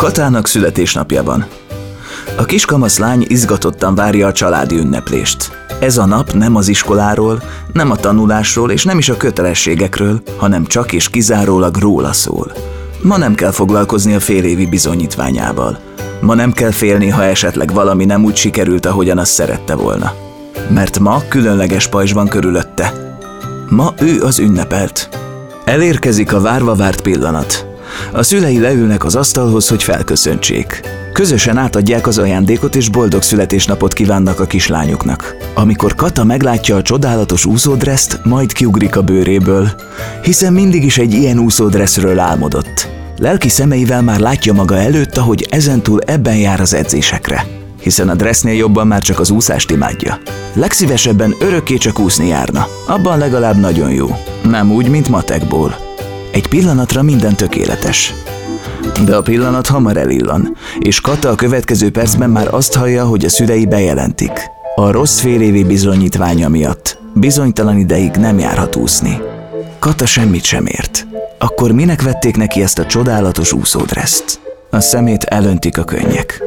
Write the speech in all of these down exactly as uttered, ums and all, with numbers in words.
Katának születésnapja van. A kis kamaszlány izgatottan várja a családi ünneplést. Ez a nap nem az iskoláról, nem a tanulásról és nem is a kötelességekről, hanem csak és kizárólag róla szól. Ma nem kell foglalkozni a félévi bizonyítványával. Ma nem kell félni, ha esetleg valami nem úgy sikerült, ahogyan azt szerette volna. Mert ma különleges pajzs van körülötte. Ma ő az ünnepelt. Elérkezik a várva várt pillanat. A szülei leülnek az asztalhoz, hogy felköszöntsék. Közösen átadják az ajándékot és boldog születésnapot kívánnak a kislányuknak. Amikor Kata meglátja a csodálatos úszódresszt, majd kiugrik a bőréből, hiszen mindig is egy ilyen úszódresszről álmodott. Lelki szemeivel már látja maga előtt, ahogy ezentúl ebben jár az edzésekre, hiszen a dressznél jobban már csak az úszást imádja. Legszívesebben örökké csak úszni járna, abban legalább nagyon jó, nem úgy, mint matekból. Egy pillanatra minden tökéletes. De a pillanat hamar elillan, és Kata a következő percben már azt hallja, hogy a szülei bejelentik. A rossz félévi bizonyítványa miatt bizonytalan ideig nem járhat úszni. Kata semmit sem ért. Akkor minek vették neki ezt a csodálatos úszódresszt? A szemét elöntik a könnyek.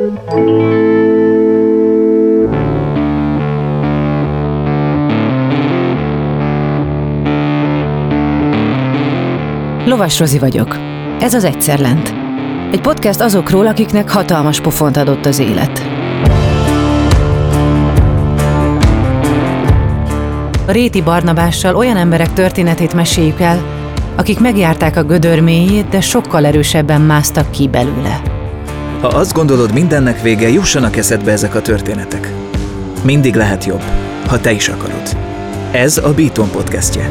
Lovas Rozi vagyok. Ez az Egyszer Lent. Egy podcast azokról, akiknek hatalmas pofont adott az élet. A Réti Barnabással olyan emberek történetét meséljük el, akik megjárták a gödör mélyét, de sokkal erősebben másztak ki belőle. Ha azt gondolod, mindennek vége, jussanak eszedbe ezek a történetek. Mindig lehet jobb, ha te is akarod. Ez a Beaton podcastje.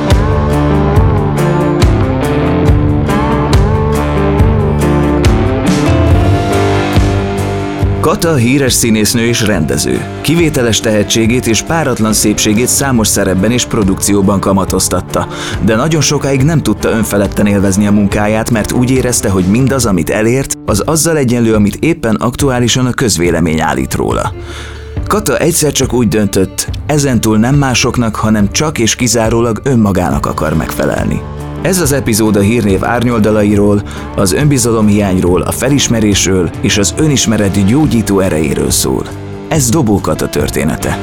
Kata híres színésznő és rendező. Kivételes tehetségét és páratlan szépségét számos szerepben és produkcióban kamatoztatta, de nagyon sokáig nem tudta önfeledten élvezni a munkáját, mert úgy érezte, hogy mindaz, amit elért, az azzal egyenlő, amit éppen aktuálisan a közvélemény állít róla. Kata egyszer csak úgy döntött, ezentúl nem másoknak, hanem csak és kizárólag önmagának akar megfelelni. Ez az epizód a hírnév árnyoldalairól, az önbizalomhiányról, a felismerésről és az önismeret gyógyító erejéről szól. Ez Dobó Kata története.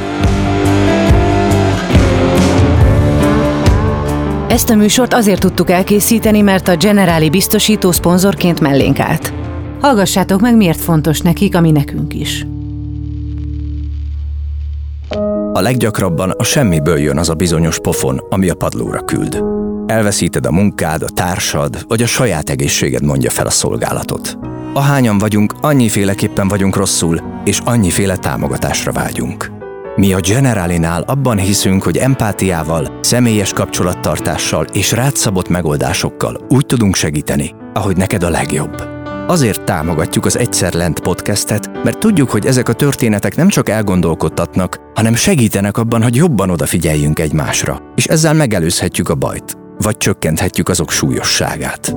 Ezt a műsort azért tudtuk elkészíteni, mert a Generali biztosító szponzorként mellénk állt. Hallgassátok meg, miért fontos nekik, ami nekünk is. A leggyakrabban a semmiből jön az a bizonyos pofon, ami a padlóra küld. Elveszíted a munkád, a társad, vagy a saját egészséged mondja fel a szolgálatot. Ahányan vagyunk, annyiféleképpen vagyunk rosszul, és annyiféle támogatásra vágyunk. Mi a Generalinál abban hiszünk, hogy empátiával, személyes kapcsolattartással és rád szabott megoldásokkal úgy tudunk segíteni, ahogy neked a legjobb. Azért támogatjuk az Egyszer Lent podcastet, mert tudjuk, hogy ezek a történetek nem csak elgondolkodtatnak, hanem segítenek abban, hogy jobban odafigyeljünk egymásra, és ezzel megelőzhetjük a bajt, vagy csökkenthetjük azok súlyosságát.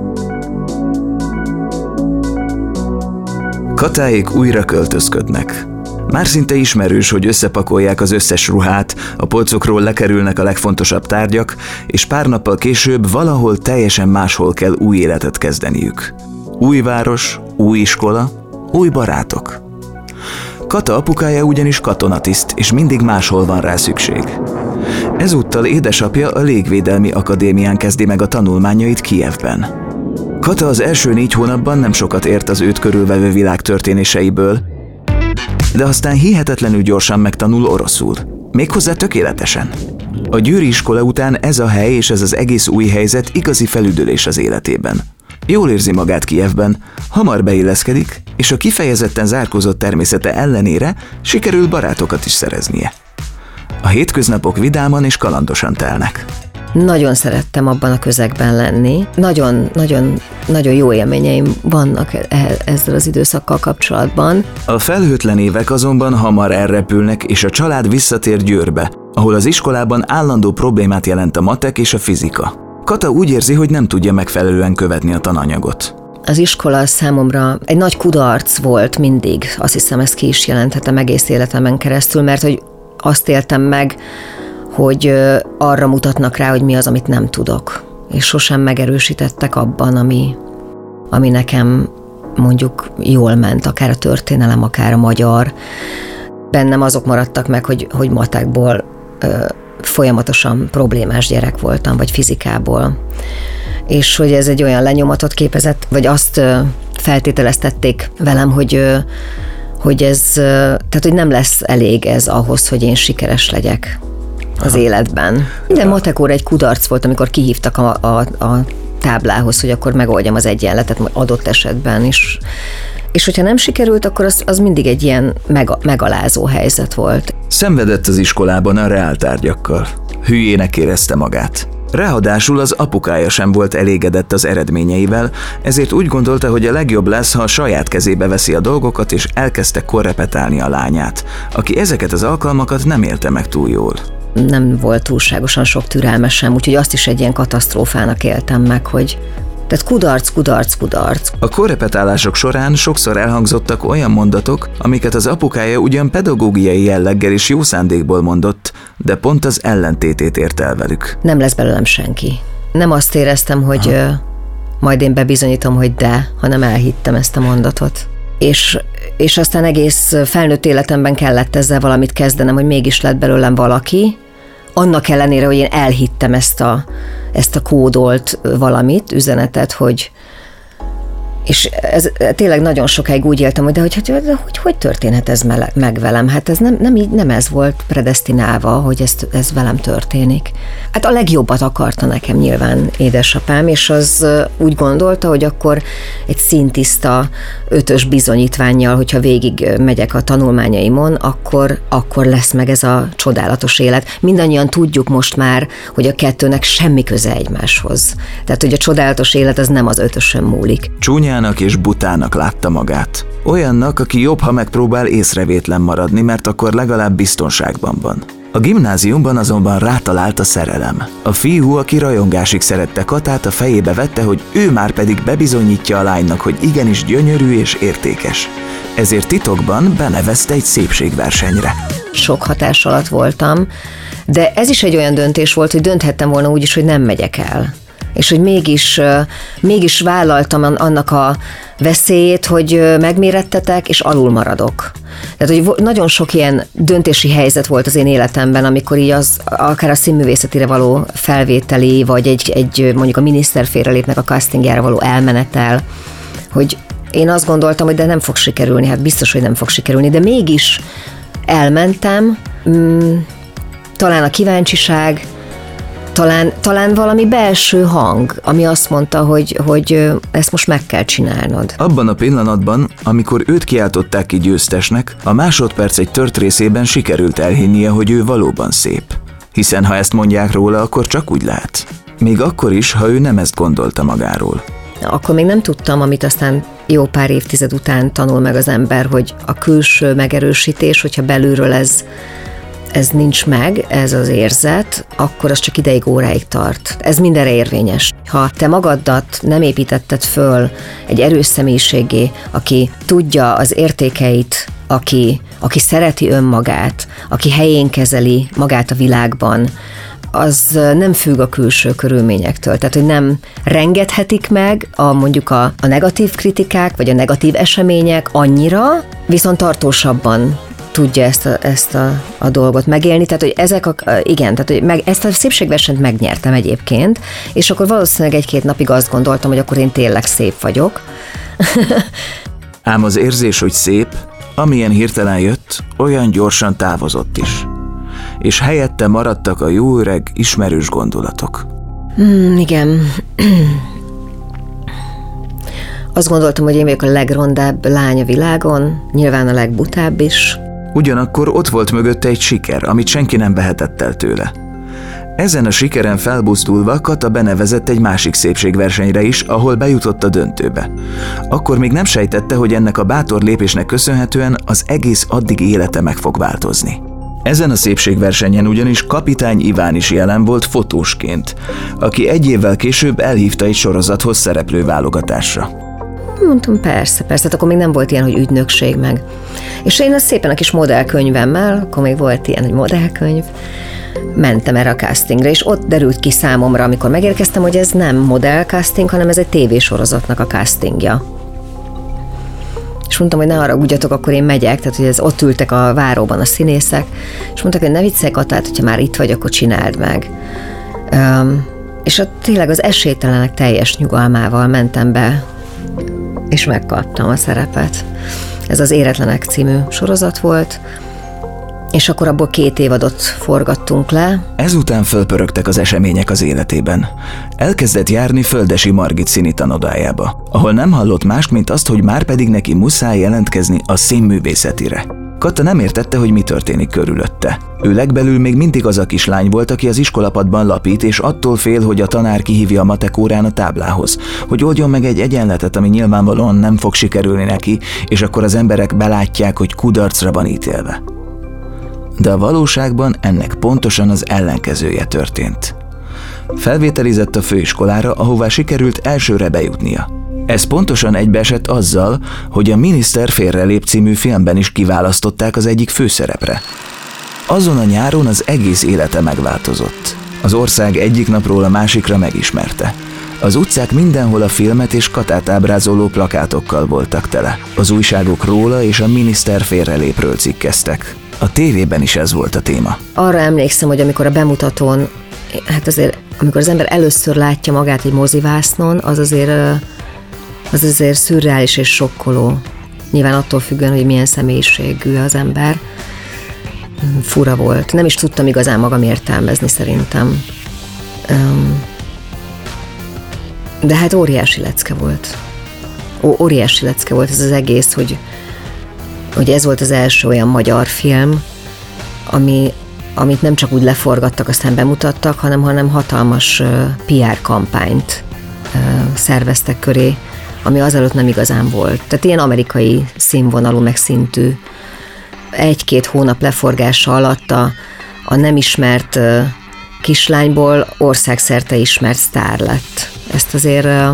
Katáék újra költözködnek. Már szinte ismerős, hogy összepakolják az összes ruhát, a polcokról lekerülnek a legfontosabb tárgyak, és pár nappal később valahol teljesen máshol kell új életet kezdeniük. Új város, új iskola, új barátok. Kata apukája ugyanis katonatiszt, és mindig máshol van rá szükség. Ezúttal édesapja a Légvédelmi Akadémián kezdi meg a tanulmányait Kijevben. Kata az első négy hónapban nem sokat ért az őt körülvevő világ történéseiből, de aztán hihetetlenül gyorsan megtanul oroszul, méghozzá tökéletesen. A győri iskola után ez a hely és ez az egész új helyzet igazi felüdülés az életében. Jól érzi magát Kijevben, hamar beilleszkedik, és a kifejezetten zárkózott természete ellenére sikerül barátokat is szereznie. A hétköznapok vidáman és kalandosan telnek. Nagyon szerettem abban a közegben lenni. Nagyon, nagyon, nagyon jó élményeim vannak ezzel az időszakkal kapcsolatban. A felhőtlen évek azonban hamar elrepülnek, és a család visszatér Győrbe, ahol az iskolában állandó problémát jelent a matek és a fizika. Kata úgy érzi, hogy nem tudja megfelelően követni a tananyagot. Az iskola számomra egy nagy kudarc volt mindig. Azt hiszem, ezt ki is jelenthetem egész életemen keresztül, mert hogy azt éltem meg, hogy arra mutatnak rá, hogy mi az, amit nem tudok. És sosem megerősítettek abban, ami, ami nekem mondjuk jól ment, akár a történelem, akár a magyar. Bennem azok maradtak meg, hogy, hogy matekból ö, folyamatosan problémás gyerek voltam, vagy fizikából. És hogy ez egy olyan lenyomatot képezett, vagy azt ö, feltételeztették velem, hogy, ö, hogy ez, ö, tehát hogy nem lesz elég ez ahhoz, hogy én sikeres legyek az Aha. életben. De matek óra egy kudarc volt, amikor kihívtak a, a, a táblához, hogy akkor megoldjam az egyenletet adott esetben is. És hogyha nem sikerült, akkor az, az mindig egy ilyen meg, megalázó helyzet volt. Szenvedett az iskolában a reáltárgyakkal. Hülyének érezte magát. Ráadásul az apukája sem volt elégedett az eredményeivel, ezért úgy gondolta, hogy a legjobb lesz, ha a saját kezébe veszi a dolgokat, és elkezdte korrepetálni a lányát, aki ezeket az alkalmakat nem élte meg túl jól. Nem volt túlságosan sok türelmesem, úgyhogy azt is egy ilyen katasztrófának éltem meg, hogy tehát kudarc, kudarc, kudarc. A korrepetálások során sokszor elhangzottak olyan mondatok, amiket az apukája ugyan pedagógiai jelleggel és jó szándékból mondott, de pont az ellentétét ért el velük. Nem lesz belőlem senki. Nem azt éreztem, hogy ö, majd én bebizonyítom, hogy de, hanem elhittem ezt a mondatot. És, és aztán egész felnőtt életemben kellett ezzel valamit kezdenem, hogy mégis lett belőlem valaki, annak ellenére, hogy én elhittem ezt a, ezt a kódolt valamit, üzenetet, hogy és ez, tényleg nagyon sokáig úgy éltem, hogy de hogy, hogy, hogy, hogy történhet ez meg velem? Hát ez nem, nem, így, nem ez volt predesztinálva, hogy ez, ez velem történik. Hát a legjobbat akarta nekem nyilván édesapám, és az úgy gondolta, hogy akkor egy szintiszta ötös bizonyítvánnyal, hogyha végig megyek a tanulmányaimon, akkor, akkor lesz meg ez a csodálatos élet. Mindannyian tudjuk most már, hogy a kettőnek semmi köze egymáshoz. Tehát, hogy a csodálatos élet az nem az ötösön múlik. Csúnyán és butának látta magát. Olyannak, aki jobb, ha megpróbál észrevétlen maradni, mert akkor legalább biztonságban van. A gimnáziumban azonban rátalált a szerelem. A fiú, aki rajongásig szerette Katát, a fejébe vette, hogy ő már pedig bebizonyítja a lánynak, hogy igenis gyönyörű és értékes. Ezért titokban benevezte egy szépségversenyre. Sok hatás alatt voltam, de ez is egy olyan döntés volt, hogy dönthettem volna úgy is, hogy nem megyek el. És hogy mégis, mégis vállaltam annak a veszélyét, hogy megmérettetek, és alul maradok. Tehát, hogy nagyon sok ilyen döntési helyzet volt az én életemben, amikor így az, akár a színművészetire való felvételi, vagy egy, egy mondjuk a miniszterférre lépnek a castingjára való elmenetel, hogy én azt gondoltam, hogy de nem fog sikerülni, hát biztos, hogy nem fog sikerülni, de mégis elmentem, mm, talán a kíváncsiság, Talán, talán valami belső hang, ami azt mondta, hogy, hogy ezt most meg kell csinálnod. Abban a pillanatban, amikor őt kiáltották ki győztesnek, a másodperc egy tört részében sikerült elhinnie, hogy ő valóban szép. Hiszen ha ezt mondják róla, akkor csak úgy lehet. Még akkor is, ha ő nem ezt gondolta magáról. Akkor még nem tudtam, amit aztán jó pár évtized után tanul meg az ember, hogy a külső megerősítés, hogyha belülről ez ez nincs meg, ez az érzet, akkor az csak ideig, óráig tart. Ez mindenre érvényes. Ha te magadat nem építetted föl egy erős személyiségé, aki tudja az értékeit, aki, aki szereti önmagát, aki helyén kezeli magát a világban, az nem függ a külső körülményektől. Tehát, hogy nem rengethetik meg a, mondjuk a, a negatív kritikák, vagy a negatív események annyira, viszont tartósabban tudja ezt a, ezt a, a dolgot megélni, tehát hogy ezek a, igen, tehát hogy meg, ezt a szépségversenyt megnyertem egyébként, és akkor valószínűleg egy-két napig azt gondoltam, hogy akkor én tényleg szép vagyok. Ám az érzés, hogy szép, amilyen hirtelen jött, olyan gyorsan távozott is. És helyette maradtak a jó öreg, ismerős gondolatok. Mm, igen. Azt gondoltam, hogy én vagyok a legrondább lány a világon, nyilván a legbutább is. Ugyanakkor ott volt mögötte egy siker, amit senki nem vehetett el tőle. Ezen a sikeren felbuzdulva Kata benevezett egy másik szépségversenyre is, ahol bejutott a döntőbe. Akkor még nem sejtette, hogy ennek a bátor lépésnek köszönhetően az egész addigi élete meg fog változni. Ezen a szépségversenyen ugyanis Kapitány Iván is jelen volt fotósként, aki egy évvel később elhívta egy sorozathoz szereplő válogatásra. Mondtam, persze, persze, hát akkor még nem volt ilyen, hogy ügynökség meg. És én az szépen a kis modellkönyvemmel, akkor még volt ilyen, hogy modellkönyv, mentem erre a castingre, és ott derült ki számomra, amikor megérkeztem, hogy ez nem modell casting, hanem ez egy tévésorozatnak a castingja. és mondtam, hogy ne haragudjatok, akkor én megyek, tehát hogy ez ott ültek a váróban a színészek, és mondtak, hogy ne viccelj, Katát, hogyha már itt vagy, akkor csináld meg. Um, és ott tényleg az esélytelenek teljes nyugalmával mentem be, és megkaptam a szerepet. Ez az Éretlenek című sorozat volt, és akkor abból két évadot forgattunk le. Ezután fölpörögtek az események az életében. Elkezdett járni Földesi Margit színitanodájába, ahol nem hallott mást, mint azt, hogy már pedig neki muszáj jelentkezni a színművészetire. Kata nem értette, hogy mi történik körülötte. Ő legbelül még mindig az a kislány volt, aki az iskolapadban lapít, és attól fél, hogy a tanár kihívja a matek órán a táblához, hogy oldjon meg egy egyenletet, ami nyilvánvalóan nem fog sikerülni neki, és akkor az emberek belátják, hogy kudarcra van ítélve. De a valóságban ennek pontosan az ellenkezője történt. Felvételizett a főiskolára, ahová sikerült elsőre bejutnia. Ez pontosan egybeesett azzal, hogy a Miniszter félrelép című filmben is kiválasztották az egyik főszerepre. Azon a nyáron az egész élete megváltozott. Az ország egyik napról a másikra megismerte. Az utcák mindenhol a filmet és Katát ábrázoló plakátokkal voltak tele. Az újságok róla és a Miniszter félrelépről cikkeztek. A tévében is ez volt a téma. Arra emlékszem, hogy amikor a bemutatón, hát azért, amikor az ember először látja magát egy mozivásznon, az azért, az azért szürreális és sokkoló. Nyilván attól függően, hogy milyen személyiségű az ember. Fura volt. Nem is tudtam igazán magam értelmezni szerintem. De hát óriási lecke volt. Ó, óriási lecke volt ez az egész, hogy hogy ez volt az első olyan magyar film, ami, amit nem csak úgy leforgattak, aztán bemutattak, hanem, hanem hatalmas uh, pé er kampányt uh, szerveztek köré, ami azelőtt nem igazán volt. Tehát ilyen amerikai színvonalú, meg szintű. Egy-két hónap leforgása alatt a, a nem ismert uh, kislányból országszerte ismert sztár lett. Ezt azért... Uh,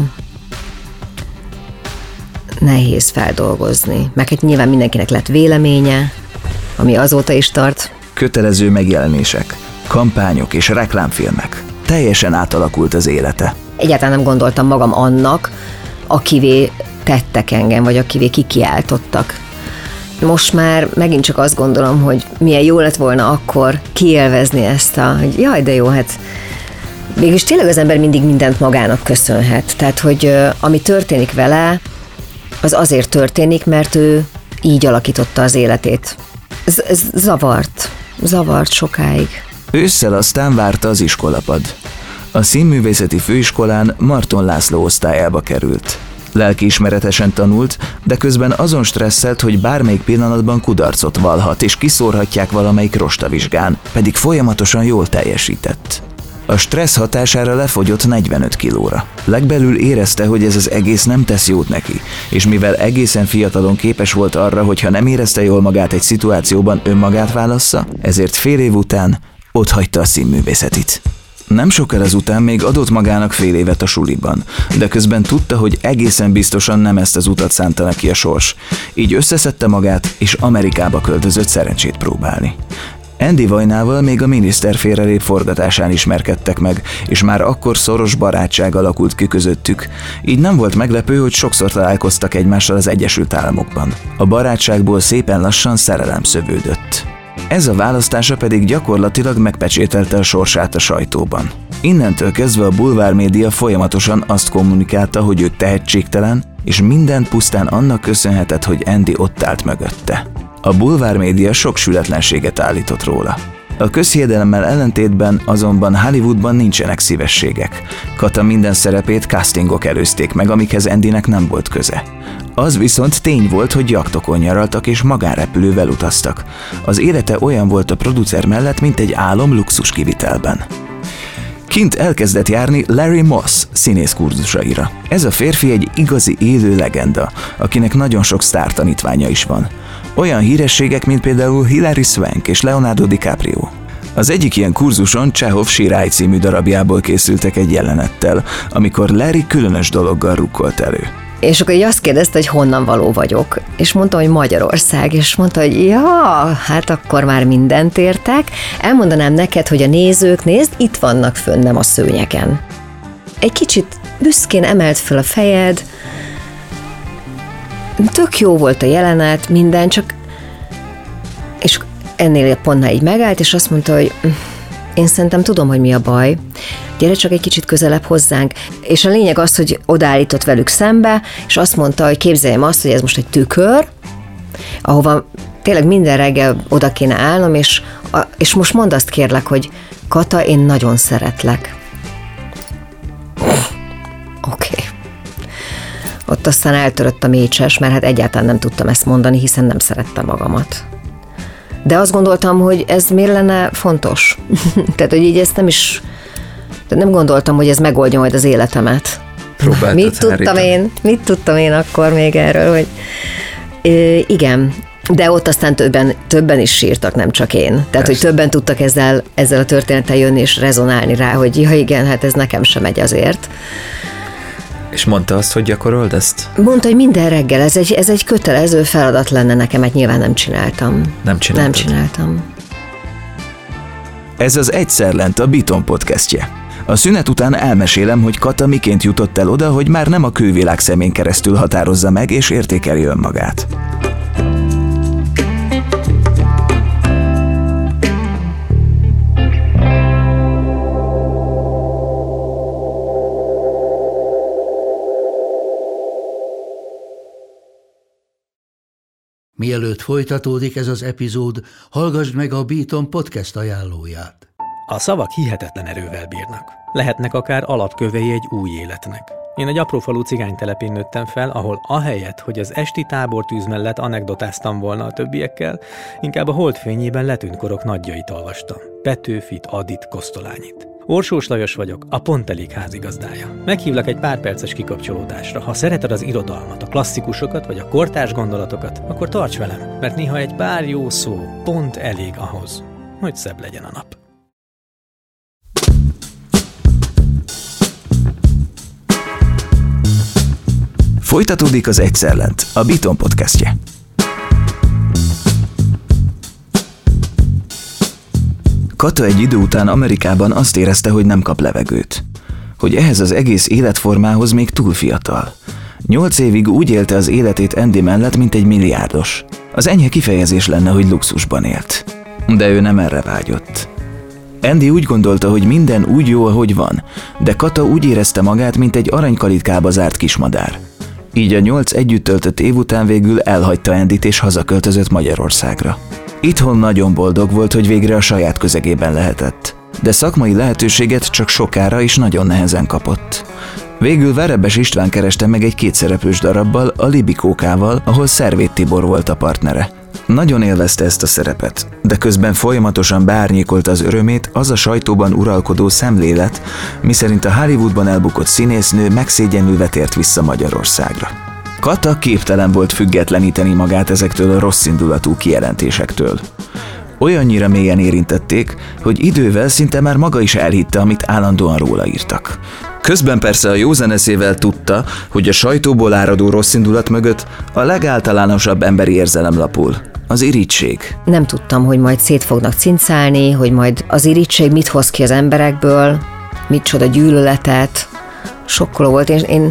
nehéz feldolgozni. Meg hát nyilván mindenkinek lett véleménye, ami azóta is tart. Kötelező megjelenések, kampányok és reklámfilmek. Teljesen átalakult az élete. Egyáltalán nem gondoltam magam annak, akivé tettek engem, vagy akivé kikiáltottak. Most már megint csak azt gondolom, hogy milyen jó lett volna akkor kiélvezni ezt a, hogy jaj, de jó, hát mégis tényleg az ember mindig mindent magának köszönhet. Tehát, hogy ami történik vele, az azért történik, mert ő így alakította az életét. Ez, ez zavart. Zavart sokáig. Ősszel aztán várta az iskolapad. A színművészeti főiskolán Marton László osztályába került. Lelkiismeretesen tanult, de közben azon stresszelt, hogy bármelyik pillanatban kudarcot vallhat, és kiszórhatják valamelyik rostavizsgán, pedig folyamatosan jól teljesített. A stressz hatására lefogyott negyvenöt kilóra. Legbelül érezte, hogy ez az egész nem tesz jót neki, és mivel egészen fiatalon képes volt arra, hogy ha nem érezte jól magát egy szituációban, önmagát válassza, ezért fél év után otthagyta a színművészetit. Nem sokkal ezután még adott magának fél évet a suliban, de közben tudta, hogy egészen biztosan nem ezt az utat szánta neki a sors. Így összeszedte magát, és Amerikába költözött szerencsét próbálni. Andy Vajnával még a Miniszter félrelép forgatásán ismerkedtek meg, és már akkor szoros barátság alakult ki közöttük, így nem volt meglepő, hogy sokszor találkoztak egymással az Egyesült Államokban. A barátságból szépen lassan szerelem szövődött. Ez a választása pedig gyakorlatilag megpecsételte a sorsát a sajtóban. Innentől kezdve a bulvármédia folyamatosan azt kommunikálta, hogy ő tehetségtelen, és mindent pusztán annak köszönhetett, hogy Andy ott állt mögötte. A bulvármédia sok sületlenséget állított róla. A közhiedelemmel ellentétben azonban Hollywoodban nincsenek szívességek. Kata minden szerepét castingok előzték meg, amikhez Andynek nem volt köze. Az viszont tény volt, hogy jachtokon nyaraltak és magánrepülővel utaztak. Az élete olyan volt a producer mellett, mint egy álom luxus kivitelben. Kint elkezdett járni Larry Moss színész kurzusaira. Ez a férfi egy igazi élő legenda, akinek nagyon sok sztártanítványa is van. Olyan hírességek, mint például Hilary Swank és Leonardo DiCaprio. Az egyik ilyen kurzuson Csehov Sirály című darabjából készültek egy jelenettel, amikor Larry különös dologgal rukkolt elő. És akkor így azt kérdezte, hogy honnan való vagyok. És mondtam, hogy Magyarország. És mondta, hogy ja, hát akkor már mindent értek. Elmondanám neked, hogy a nézők, nézd, itt vannak fönnem a szőnyegen. Egy kicsit büszkén emelt föl a fejed, tök jó volt a jelenet, minden, csak és ennél a pontnál így megállt, és azt mondta, hogy én szerintem tudom, hogy mi a baj. Gyere csak egy kicsit közelebb hozzánk. És a lényeg az, hogy odaállított velük szembe, és azt mondta, hogy képzeljem azt, hogy ez most egy tükör, ahova tényleg minden reggel oda kéne állnom, és, és most mondd azt kérlek, hogy Kata, én nagyon szeretlek. Oké. Okay. Ott aztán eltörött a mécses, mert hát egyáltalán nem tudtam ezt mondani, hiszen nem szerettem magamat. De azt gondoltam, hogy ez miért lenne fontos. Tehát, hogy így ezt nem is, nem gondoltam, hogy ez megoldja majd az életemet. Próbáltad Mit tudtam én, mit tudtam én akkor még erről, hogy é, igen, de ott aztán többen, többen is sírtak, nem csak én. Tehát, Persze. hogy többen tudtak ezzel, ezzel a történettel jönni és rezonálni rá, hogy ja igen, hát ez nekem sem megy azért. És mondta azt, hogy gyakorold ezt? Mondta, hogy minden reggel, ez egy, ez egy kötelező feladat lenne nekem, hát nyilván nem csináltam. Nem csináltad? Nem csináltam. Ez az Egyszer lent, a Beaton podcastje. A szünet után elmesélem, hogy Kata miként jutott el oda, hogy már nem a külvilág szemén keresztül határozza meg és értékeli önmagát. Mielőtt folytatódik ez az epizód, hallgassd meg a Beaton podcast ajánlóját. A szavak hihetetlen erővel bírnak. Lehetnek akár alapkövei egy új életnek. Én egy aprófalu cigánytelepén nőttem fel, ahol ahelyett, hogy az esti tábortűz mellett anekdotáztam volna a többiekkel, inkább a holdfényében letűnt korok nagyjait olvastam. Petőfit, Adit, Kosztolányit. Orsós Lajos vagyok, a Pont Elég házigazdája. Meghívlak egy pár perces kikapcsolódásra. Ha szereted az irodalmat, a klasszikusokat vagy a kortárs gondolatokat, akkor tarts velem, mert néha egy pár jó szó pont elég ahhoz, hogy szebb legyen a nap. Folytatódik az Egyszer lent, a Beaton podcastje. Kata egy idő után Amerikában azt érezte, hogy nem kap levegőt. Hogy ehhez az egész életformához még túl fiatal. Nyolc évig úgy élte az életét Andy mellett, mint egy milliárdos. Az enyhe kifejezés lenne, hogy luxusban élt. De ő nem erre vágyott. Andy úgy gondolta, hogy minden úgy jó, ahogy van, de Kata úgy érezte magát, mint egy aranykalitkába zárt kismadár. Így a nyolc együtt töltött év után végül elhagyta Andyt és hazaköltözött Magyarországra. Itthon nagyon boldog volt, hogy végre a saját közegében lehetett, de szakmai lehetőséget csak sokára és nagyon nehezen kapott. Végül Verebes István kereste meg egy kétszereplős darabbal, a Libikókával, ahol Szervét Tibor volt a partnere. Nagyon élvezte ezt a szerepet, de közben folyamatosan beárnyékolta az örömét az a sajtóban uralkodó szemlélet, miszerint a Hollywoodban elbukott színésznő megszégyenülve tért vissza Magyarországra. Kata képtelen volt függetleníteni magát ezektől a rosszindulatú kijelentésektől. Olyannyira mélyen érintették, hogy idővel szinte már maga is elhitte, amit állandóan róla írtak. Közben persze a józan eszével tudta, hogy a sajtóból áradó rosszindulat mögött a legáltalánosabb emberi érzelem lapul, az irigység. Nem tudtam, hogy majd szét fognak cincálni, hogy majd az irigység mit hoz ki az emberekből, micsoda gyűlöletet. Sokkoló volt, én, én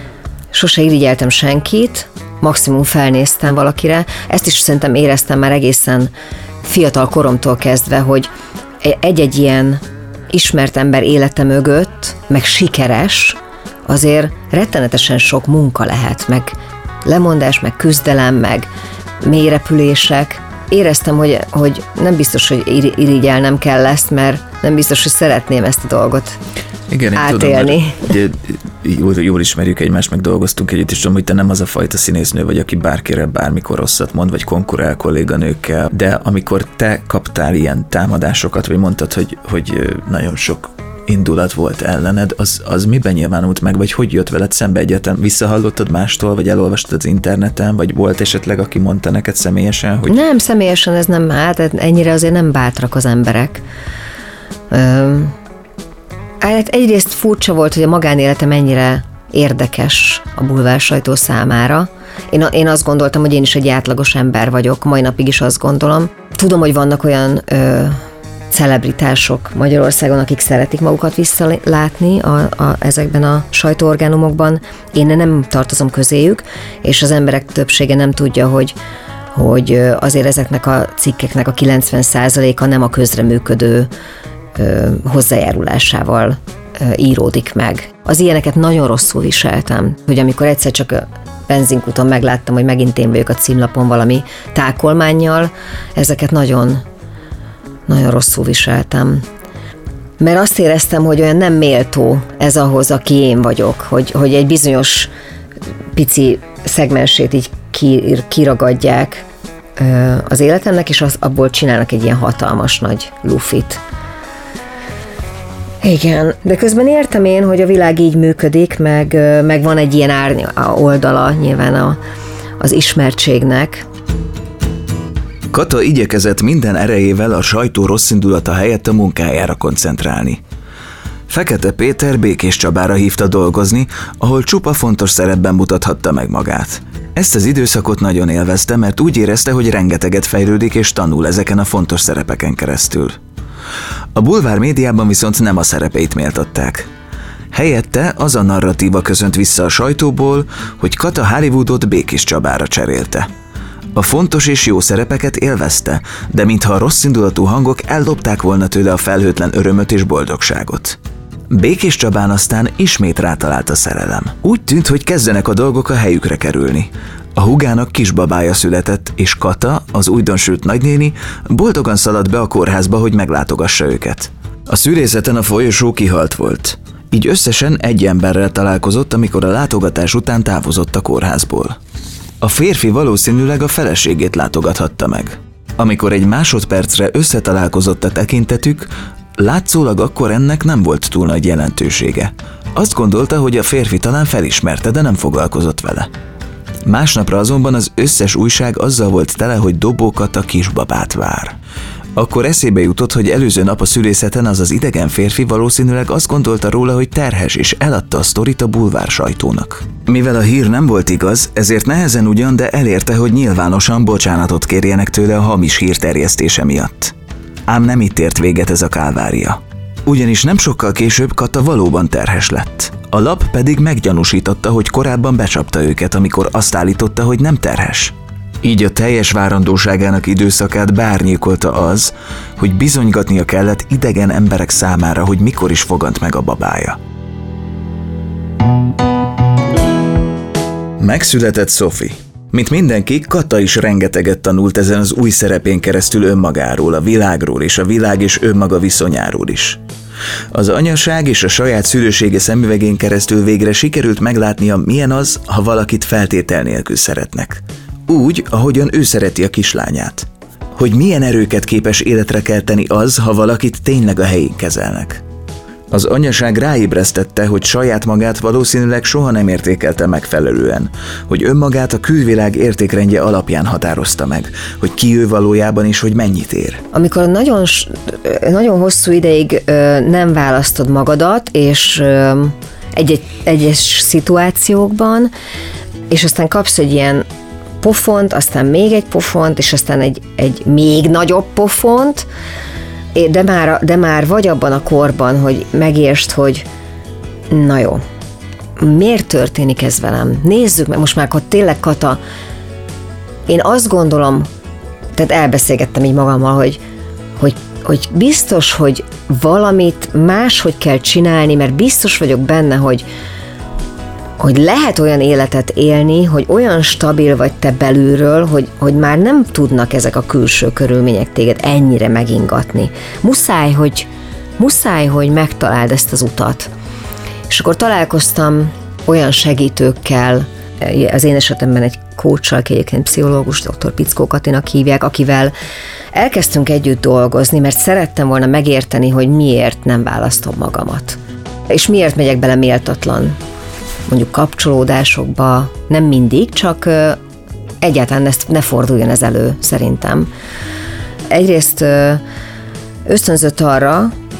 sose irigyeltem senkit, maximum felnéztem valakire. Ezt is szerintem éreztem már egészen fiatal koromtól kezdve, hogy egy-egy ilyen ismert ember élete mögött, meg sikeres, azért rettenetesen sok munka lehet, meg lemondás, meg küzdelem, meg mélyrepülések. Éreztem, hogy, hogy nem biztos, hogy irigyelnem kell ezt, mert nem biztos, hogy szeretném ezt a dolgot Igen, én átélni. Tudom, jól, jól ismerjük egymást, meg dolgoztunk együtt, és tudom, hogy te nem az a fajta színésznő vagy, aki bárkire bármikor rosszat mond, vagy konkurál kolléganőkkel, de amikor te kaptál ilyen támadásokat, vagy mondtad, hogy, hogy nagyon sok indulat volt ellened, az, az miben nyilvánult meg, vagy hogy jött veled szembe egyáltalán? Visszahallottad mástól, vagy elolvastad az interneten, vagy volt esetleg, aki mondta neked személyesen, hogy... Nem, személyesen ez nem, hát ennyire azért nem bátrak az emberek. Üm... Hát egyrészt furcsa volt, hogy a magánéletem mennyire érdekes a bulvár sajtó számára. Én, én azt gondoltam, hogy én is egy átlagos ember vagyok, mai napig is azt gondolom. Tudom, hogy vannak olyan ö, celebritások Magyarországon, akik szeretik magukat visszalátni a, a, ezekben a sajtóorgánumokban. Én nem tartozom közéjük, és az emberek többsége nem tudja, hogy, hogy azért ezeknek a cikkeknek a kilencven százaléka nem a közreműködő ö, hozzájárulásával ö, íródik meg. Az ilyeneket nagyon rosszul viseltem, hogy amikor egyszer csak benzinkúton megláttam, hogy megint én vagyok a címlapon valami tákolmánnyal, ezeket nagyon, nagyon rosszul viseltem. Mert azt éreztem, hogy olyan nem méltó ez ahhoz, aki én vagyok, hogy, hogy egy bizonyos pici szegmensét így kiragadják az életemnek, és az, abból csinálnak egy ilyen hatalmas nagy lufit. Igen, de közben értem én, hogy a világ így működik, meg, meg van egy ilyen árny oldala nyilván a, az ismertségnek. Kata igyekezett minden erejével a sajtó rosszindulata helyett a munkájára koncentrálni. Fekete Péter Békés Csabára hívta dolgozni, ahol csupa fontos szerepben mutathatta meg magát. Ezt az időszakot nagyon élvezte, mert úgy érezte, hogy rengeteget fejlődik és tanul ezeken a fontos szerepeken keresztül. A bulvár médiában viszont nem a szerepeit méltatták. Helyette az a narratíva köszönt vissza a sajtóból, hogy Kata Hollywoodot Békés Csabára cserélte. A fontos és jó szerepeket élvezte, de mintha a rosszindulatú hangok ellopták volna tőle a felhőtlen örömöt és boldogságot. Békés Csabán aztán ismét rátalált a szerelem. Úgy tűnt, hogy kezdenek a dolgok a helyükre kerülni. A húgának kisbabája született, és Kata, az újdonsült nagynéni, boldogan szaladt be a kórházba, hogy meglátogassa őket. A szülészeten a folyosó kihalt volt. Így összesen egy emberrel találkozott, amikor a látogatás után távozott a kórházból. A férfi valószínűleg a feleségét látogathatta meg. Amikor egy másodpercre összetalálkozott a tekintetük, látszólag akkor ennek nem volt túl nagy jelentősége. Azt gondolta, hogy a férfi talán felismerte, de nem foglalkozott vele. Másnapra azonban az összes újság azzal volt tele, hogy Dobó Kata kisbabát vár. Akkor eszébe jutott, hogy előző nap a szülészeten az az idegen férfi valószínűleg azt gondolta róla, hogy terhes, és eladta a sztorit a bulvár sajtónak. Mivel a hír nem volt igaz, ezért nehezen ugyan, de elérte, hogy nyilvánosan bocsánatot kérjenek tőle a hamis hír terjesztése miatt. Ám nem itt ért véget ez a kálvária. Ugyanis nem sokkal később Kata valóban terhes lett. A lap pedig meggyanúsította, hogy korábban becsapta őket, amikor azt állította, hogy nem terhes. Így a teljes várandóságának időszakát beárnyékolta az, hogy bizonygatnia kellett idegen emberek számára, hogy mikor is fogant meg a babája. Megszületett Sophie. Mint mindenki, Kata is rengeteget tanult ezen az új szerepén keresztül önmagáról, a világról és a világ és önmaga viszonyáról is. Az anyaság és a saját szülősége szemüvegén keresztül végre sikerült meglátnia, milyen az, ha valakit feltétel nélkül szeretnek. Úgy, ahogyan ő szereti a kislányát. Hogy milyen erőket képes életre kelteni az, ha valakit tényleg a helyén kezelnek. Az anyaság ráébresztette, hogy saját magát valószínűleg soha nem értékelte megfelelően, hogy önmagát a külvilág értékrendje alapján határozta meg, hogy ki ő valójában és hogy mennyit ér. Amikor nagyon, nagyon hosszú ideig nem választod magadat, és egy-egy, egyes szituációkban, és aztán kapsz egy ilyen pofont, aztán még egy pofont, és aztán egy, egy még nagyobb pofont, de már, de már vagy abban a korban, hogy megértsd, hogy na jó, miért történik ez velem? Nézzük meg, most már akkor tényleg Kata, én azt gondolom, tehát elbeszélgettem így magammal, hogy, hogy, hogy biztos, hogy valamit máshogy kell csinálni, mert biztos vagyok benne, hogy hogy lehet olyan életet élni, hogy olyan stabil vagy te belülről, hogy, hogy már nem tudnak ezek a külső körülmények téged ennyire megingatni. Muszáj, hogy, muszáj, hogy megtaláld ezt az utat. És akkor találkoztam olyan segítőkkel, az én esetemben egy coachsal, aki egyébként pszichológus, doktor Pickó Katinak hívják, akivel elkezdtünk együtt dolgozni, mert szerettem volna megérteni, hogy miért nem választom magamat. És miért megyek bele méltatlan mondjuk kapcsolódásokba, nem mindig, csak egyáltalán ezt ne forduljon ez elő, szerintem. Egyrészt ösztönzött arra,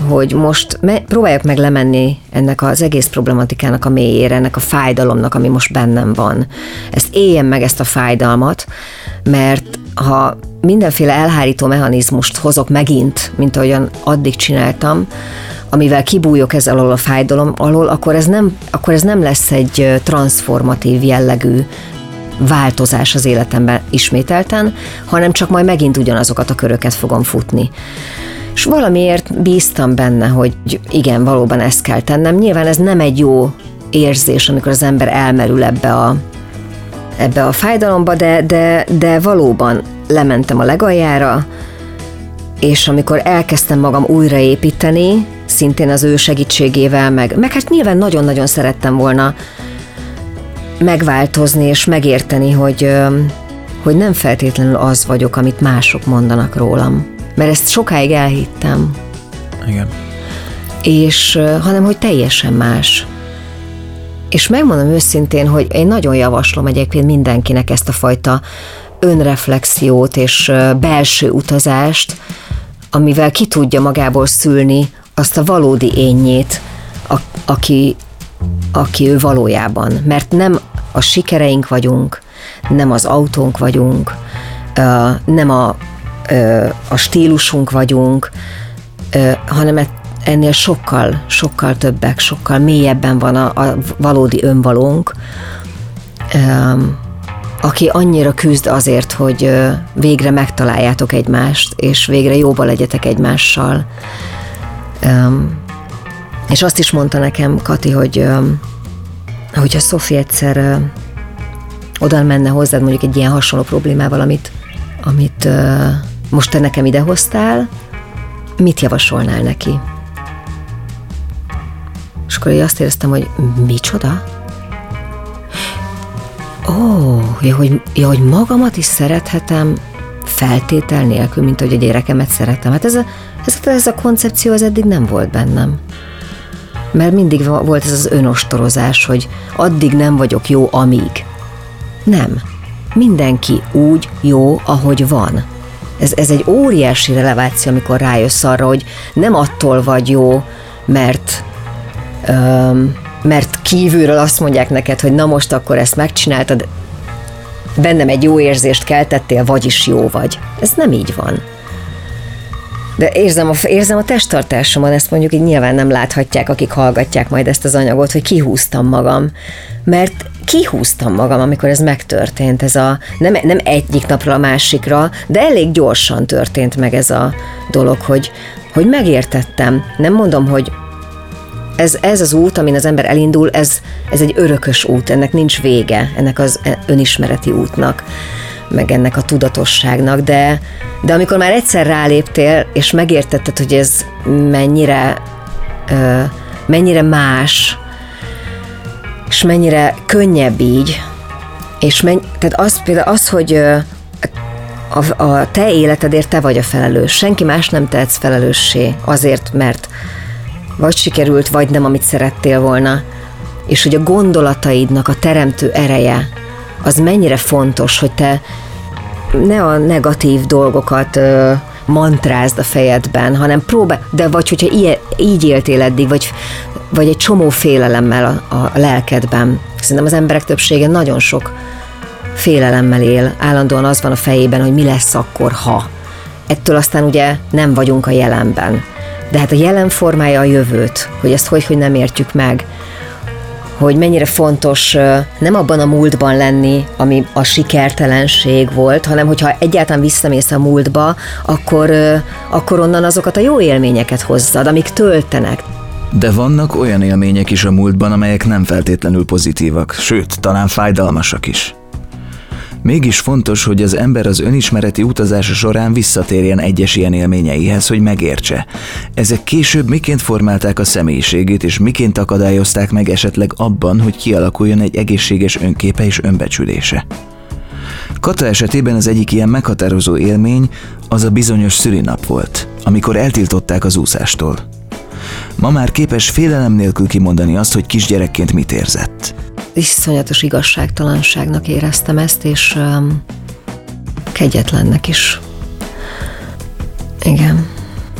hogy most me- próbáljuk meg lemenni ennek az egész problematikának a mélyére, ennek a fájdalomnak, ami most bennem van. Ezt éljem meg, ezt a fájdalmat, mert ha mindenféle elhárító mechanizmust hozok megint, mint ahogyan addig csináltam, amivel kibújok ezzel alól a fájdalom alól, akkor ez nem, akkor ez nem lesz egy transformatív jellegű változás az életemben ismételten, hanem csak majd megint ugyanazokat a köröket fogom futni. És valamiért bíztam benne, hogy igen, valóban ezt kell tennem. Nyilván ez nem egy jó érzés, amikor az ember elmerül ebbe a, ebbe a fájdalomba, de, de, de valóban lementem a legaljára, és amikor elkezdtem magam újraépíteni, szintén az ő segítségével, meg, meg hát nyilván nagyon-nagyon szerettem volna megváltozni és megérteni, hogy, hogy nem feltétlenül az vagyok, amit mások mondanak rólam. Mert ezt sokáig elhittem. Igen. És, hanem, hogy teljesen más. És megmondom őszintén, hogy én nagyon javaslom egyébként mindenkinek ezt a fajta önreflexiót és belső utazást, amivel ki tudja magából szülni azt a valódi énjét, a, aki, aki ő valójában. Mert nem a sikereink vagyunk, nem az autónk vagyunk, nem a, a stílusunk vagyunk, hanem ennél sokkal, sokkal többek, sokkal mélyebben van a, a valódi önvalónk, aki annyira küzd azért, hogy végre megtaláljátok egymást, és végre jóba legyetek egymással. És azt is mondta nekem Kati, hogy hogyha Szofi egyszer oda menne hozzád mondjuk egy ilyen hasonló problémával, amit, amit most te nekem idehoztál, mit javasolnál neki? És akkor én azt éreztem, hogy micsoda? Ó, ja, hogy, ja, hogy magamat is szerethetem feltétel nélkül, mint hogy a gyerekemet szeretem. Hát ez a, ez, ez a koncepció az eddig nem volt bennem. Mert mindig volt ez az önostorozás, hogy addig nem vagyok jó, amíg. Nem. Mindenki úgy jó, ahogy van. Ez, ez egy óriási releváció, amikor rájössz arra, hogy nem attól vagy jó, mert... Öm, mert kívülről azt mondják neked, hogy na most akkor ezt megcsináltad, bennem egy jó érzést keltettél, vagyis jó vagy. Ez nem így van. De érzem a, érzem a testtartásomon, ezt mondjuk így nyilván nem láthatják, akik hallgatják majd ezt az anyagot, hogy kihúztam magam. Mert kihúztam magam, amikor ez megtörtént. Ez a, nem, nem egyik napra a másikra, de elég gyorsan történt meg ez a dolog, hogy, hogy megértettem. Nem mondom, hogy Ez, ez az út, amin az ember elindul, ez, ez egy örökös út, ennek nincs vége, ennek az önismereti útnak, meg ennek a tudatosságnak, de, de amikor már egyszer ráléptél, és megértetted, hogy ez mennyire, mennyire más, és mennyire könnyebb így, és menny, tehát az, például az, hogy a, a te életedért te vagy a felelős, senki más nem tehetsz felelőssé azért, mert vagy sikerült, vagy nem, amit szerettél volna, és hogy a gondolataidnak a teremtő ereje, az mennyire fontos, hogy te ne a negatív dolgokat ö, mantrázd a fejedben, hanem próbálj, de vagy hogyha ilyen, így éltél eddig, vagy, vagy egy csomó félelemmel a, a lelkedben. Szerintem az emberek többsége nagyon sok félelemmel él, állandóan az van a fejében, hogy mi lesz akkor, ha. Ettől aztán ugye nem vagyunk a jelenben. De hát a jelen formája a jövőt, hogy ezt hogy, hogy nem értjük meg, hogy mennyire fontos nem abban a múltban lenni, ami a sikertelenség volt, hanem hogyha egyáltalán visszamész a múltba, akkor, akkor onnan azokat a jó élményeket hozzad, amik töltenek. De vannak olyan élmények is a múltban, amelyek nem feltétlenül pozitívak, sőt, talán fájdalmasak is. Mégis fontos, hogy az ember az önismereti utazása során visszatérjen egyes ilyen élményeihez, hogy megértse. Ezek később miként formálták a személyiségét, és miként akadályozták meg esetleg abban, hogy kialakuljon egy egészséges önképe és önbecsülése. Kata esetében az egyik ilyen meghatározó élmény az a bizonyos szülinap volt, amikor eltiltották az úszástól. Ma már képes félelem nélkül kimondani azt, hogy kisgyerekként mit érzett. Iszonyatos igazságtalanságnak éreztem ezt, és um, kegyetlennek is. Igen.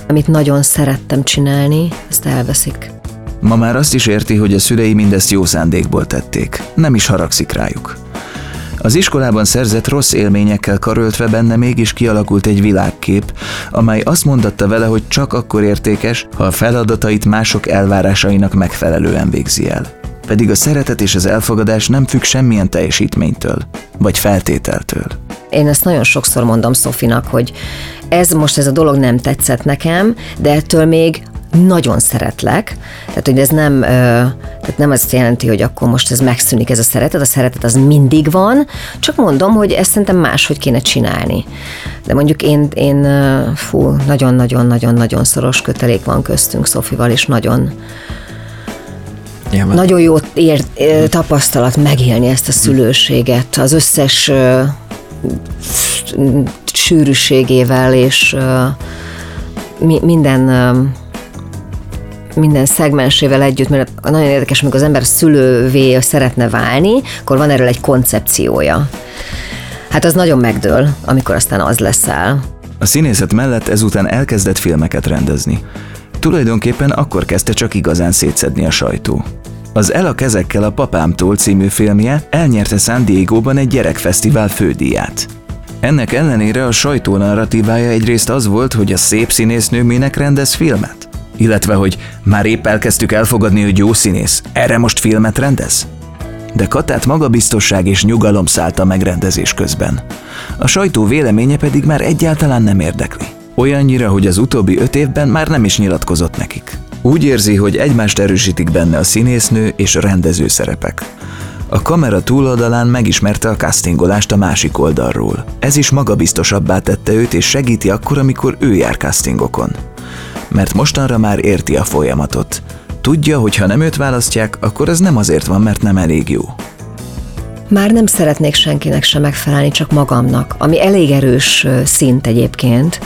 Amit nagyon szerettem csinálni, ezt elveszik. Ma már azt is érti, hogy a szülei mindezt jó szándékból tették. Nem is haragszik rájuk. Az iskolában szerzett rossz élményekkel karöltve benne mégis kialakult egy világkép, amely azt mondatta vele, hogy csak akkor értékes, ha a feladatait mások elvárásainak megfelelően végzi el. Pedig a szeretet és az elfogadás nem függ semmilyen teljesítménytől, vagy feltételtől. Én ezt nagyon sokszor mondom Szofinak, hogy ez most ez a dolog nem tetszett nekem, de ettől még nagyon szeretlek, tehát hogy ez nem, tehát nem azt jelenti, hogy akkor most ez megszűnik, ez a szeretet, a szeretet az mindig van, csak mondom, hogy ezt szerintem máshogy kéne csinálni. De mondjuk én, én fú, nagyon-nagyon-nagyon-nagyon szoros kötelék van köztünk Szofival, és nagyon ja, nagyon jó ér, tapasztalat megélni ezt a szülőséget, az összes sűrűségével, és minden minden szegmensével együtt, mert nagyon érdekes, amikor az ember szülővé szeretne válni, akkor van erről egy koncepciója. Hát az nagyon megdől, amikor aztán az leszel. A színészet mellett ezután elkezdett filmeket rendezni. Tulajdonképpen akkor kezdte csak igazán szétszedni a sajtó. Az El a kezekkel a papámtól című filmje elnyerte San Diegóban egy gyerekfesztivál fődíját. Ennek ellenére a sajtó narratívája egyrészt az volt, hogy a szép színésznő minek rendez filmet? Illetve, hogy már épp elkezdtük elfogadni, hogy jó színész, erre most filmet rendez? De Katát magabiztosság és nyugalom szállt a megrendezés közben. A sajtó véleménye pedig már egyáltalán nem érdekli. Olyannyira, hogy az utóbbi öt évben már nem is nyilatkozott nekik. Úgy érzi, hogy egymást erősítik benne a színésznő és a rendező szerepek. A kamera túloldalán megismerte a castingolást a másik oldalról. Ez is magabiztosabbá tette őt, és segíti akkor, amikor ő jár castingokon. Mert mostanra már érti a folyamatot. Tudja, hogy ha nem őt választják, akkor ez nem azért van, mert nem elég jó. Már nem szeretnék senkinek sem megfelelni, csak magamnak, ami elég erős szint egyébként,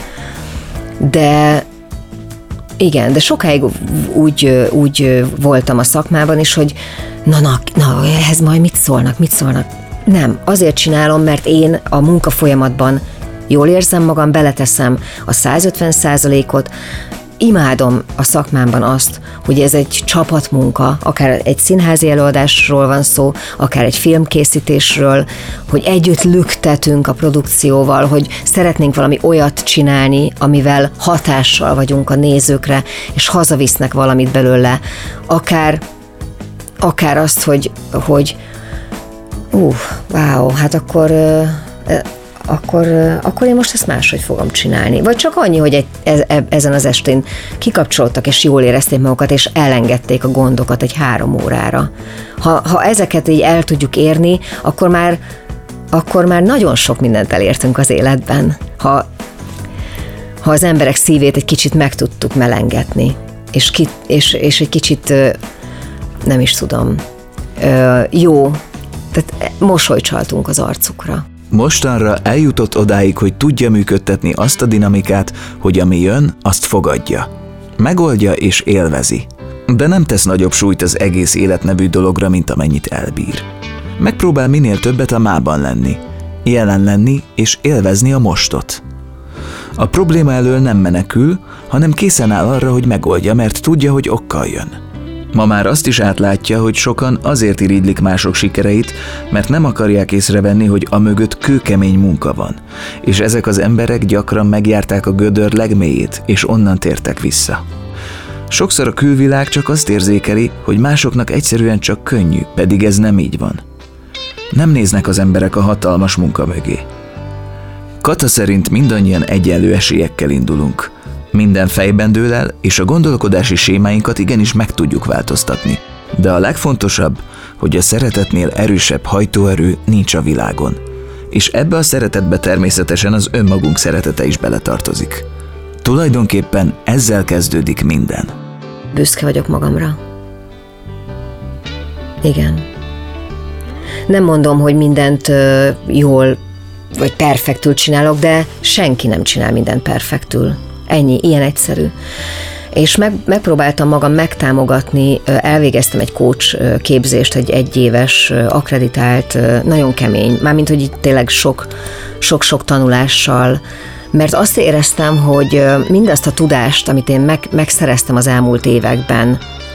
de igen, de sokáig úgy, úgy voltam a szakmában is, hogy na, na, na, ehhez majd mit szólnak, mit szólnak. Nem, azért csinálom, mert én a munkafolyamatban jól érzem magam, beleteszem a százötven százalékot, imádom a szakmámban azt, hogy ez egy csapatmunka, akár egy színházi előadásról van szó, akár egy filmkészítésről, hogy együtt lüktetünk a produkcióval, hogy szeretnénk valami olyat csinálni, amivel hatással vagyunk a nézőkre, és hazavisznek valamit belőle. Akár, akár azt, hogy, hogy ú, wow, hát akkor... Akkor, akkor én most ezt máshogy fogom csinálni. Vagy csak annyi, hogy egy, e, ezen az estén kikapcsoltak, és jól érezték magukat, és elengedték a gondokat egy három órára. Ha, ha ezeket így el tudjuk érni, akkor már, akkor már nagyon sok mindent elértünk az életben. Ha, ha az emberek szívét egy kicsit meg tudtuk melengetni, és, ki, és, és egy kicsit, nem is tudom, jó, tehát mosolyt csaltunk az arcukra. Mostanra eljutott odáig, hogy tudja működtetni azt a dinamikát, hogy ami jön, azt fogadja. Megoldja és élvezi. De nem tesz nagyobb súlyt az egész élet nevű dologra, mint amennyit elbír. Megpróbál minél többet a mában lenni, jelen lenni és élvezni a mostot. A probléma elől nem menekül, hanem készen áll arra, hogy megoldja, mert tudja, hogy okkal jön. Ma már azt is átlátja, hogy sokan azért irigylik mások sikereit, mert nem akarják észrevenni, hogy amögött kőkemény munka van, és ezek az emberek gyakran megjárták a gödör legmélyét, és onnan tértek vissza. Sokszor a külvilág csak azt érzékeli, hogy másoknak egyszerűen csak könnyű, pedig ez nem így van. Nem néznek az emberek a hatalmas munka mögé. Kata szerint mindannyian egyenlő esélyekkel indulunk. Minden fejben dől el, és a gondolkodási sémáinkat igenis meg tudjuk változtatni. De a legfontosabb, hogy a szeretetnél erősebb hajtóerő nincs a világon. És ebbe a szeretetbe természetesen az önmagunk szeretete is beletartozik. Tulajdonképpen ezzel kezdődik minden. Büszke vagyok magamra. Igen. Nem mondom, hogy mindent uh, jól vagy perfektül csinálok, de senki nem csinál mindent perfektül. Ennyi, ilyen egyszerű. És meg, megpróbáltam magam megtámogatni, elvégeztem egy coach képzést, egy egyéves, akkreditált, nagyon kemény, mármint, hogy itt tényleg sok, sok-sok tanulással, mert azt éreztem, hogy mindazt a tudást, amit én meg, megszereztem az elmúlt években,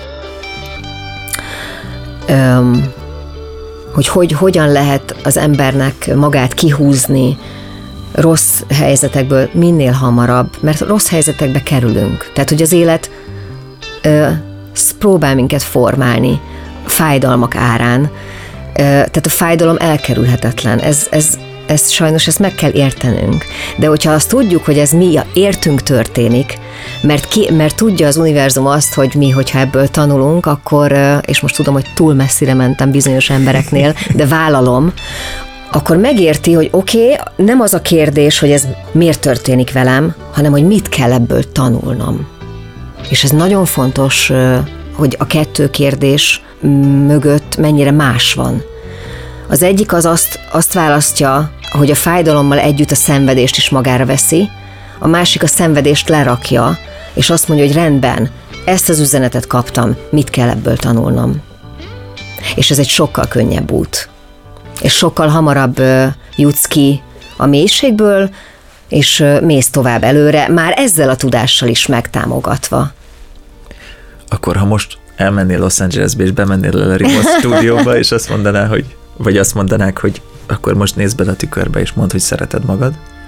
öm, hogy, hogy hogyan lehet az embernek magát kihúzni rossz helyzetekből minél hamarabb, mert rossz helyzetekbe kerülünk. Tehát, hogy az élet ö, próbál minket formálni fájdalmak árán. Ö, tehát a fájdalom elkerülhetetlen. Ez, ez, ez sajnos ezt meg kell értenünk. De hogyha azt tudjuk, hogy ez mi értünk történik, mert, ki, mert tudja az univerzum azt, hogy mi, hogyha ebből tanulunk, akkor, és most tudom, hogy túl messzire mentem bizonyos embereknél, de vállalom, akkor megérti, hogy oké, okay, nem az a kérdés, hogy ez miért történik velem, hanem hogy mit kell ebből tanulnom. És ez nagyon fontos, hogy a kettő kérdés mögött mennyire más van. Az egyik az azt, azt választja, hogy a fájdalommal együtt a szenvedést is magára veszi, a másik a szenvedést lerakja, és azt mondja, hogy rendben, ezt az üzenetet kaptam, mit kell ebből tanulnom. És ez egy sokkal könnyebb út. És sokkal hamarabb uh, jutsz ki a mélységből, és uh, mész tovább előre, már ezzel a tudással is megtámogatva. Akkor ha most elmennél Los Angelesbe, és bemennél a Remote stúdióba, és azt mondaná, hogy, vagy azt mondanák, hogy akkor most nézd bele a tükörbe, és mondd, hogy szereted magad?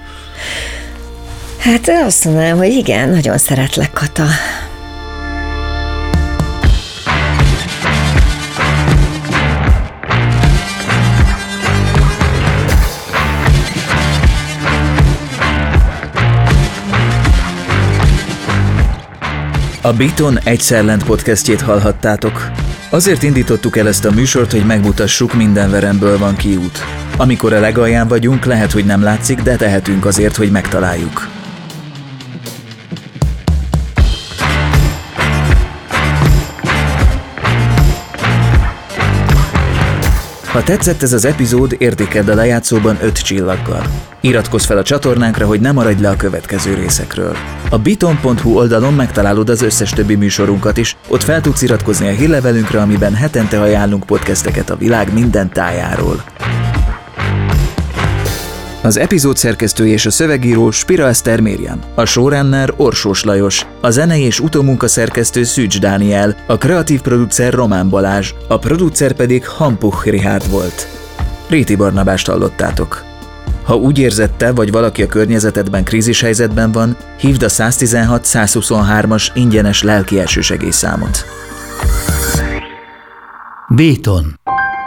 Hát azt mondanám, hogy igen, nagyon szeretlek, Kata. A Beaton Egyszer Lent podcastjét hallhattátok. Azért indítottuk el ezt a műsort, hogy megmutassuk, minden veremből van kiút. Amikor a legalján vagyunk, lehet, hogy nem látszik, de tehetünk azért, hogy megtaláljuk. Ha tetszett ez az epizód, értékeld a lejátszóban öt csillaggal. Iratkozz fel a csatornánkra, hogy ne maradj le a következő részekről. A beaton pont hu oldalon megtalálod az összes többi műsorunkat is, ott fel tudsz iratkozni a hírlevelünkre, amiben hetente ajánlunk podcasteket a világ minden tájáról. Az epizód szerkesztője és a szövegíró Spira Eszter Mérjam, a showrunner Orsós Lajos, a zenei és utómunka szerkesztő Szűcs Dániel, a kreatív producer Román Balázs, a producer pedig Hampuch Richárd volt. Réti Barnabást hallottátok. Ha úgy érzed te, vagy valaki a környezetedben krízis helyzetben van, hívd a száz tizenhat száz huszonhármas ingyenes lelki elsősegélyszámot. Beaton.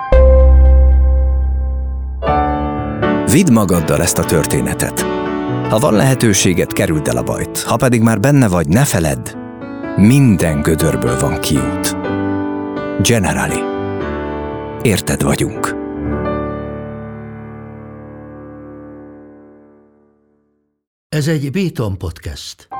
Vidd magaddal ezt a történetet. Ha van lehetőséged, kerüld el a bajt. Ha pedig már benne vagy, ne feledd, minden gödörből van kiút. Generali. Érted vagyunk. Ez egy Beaton podcast.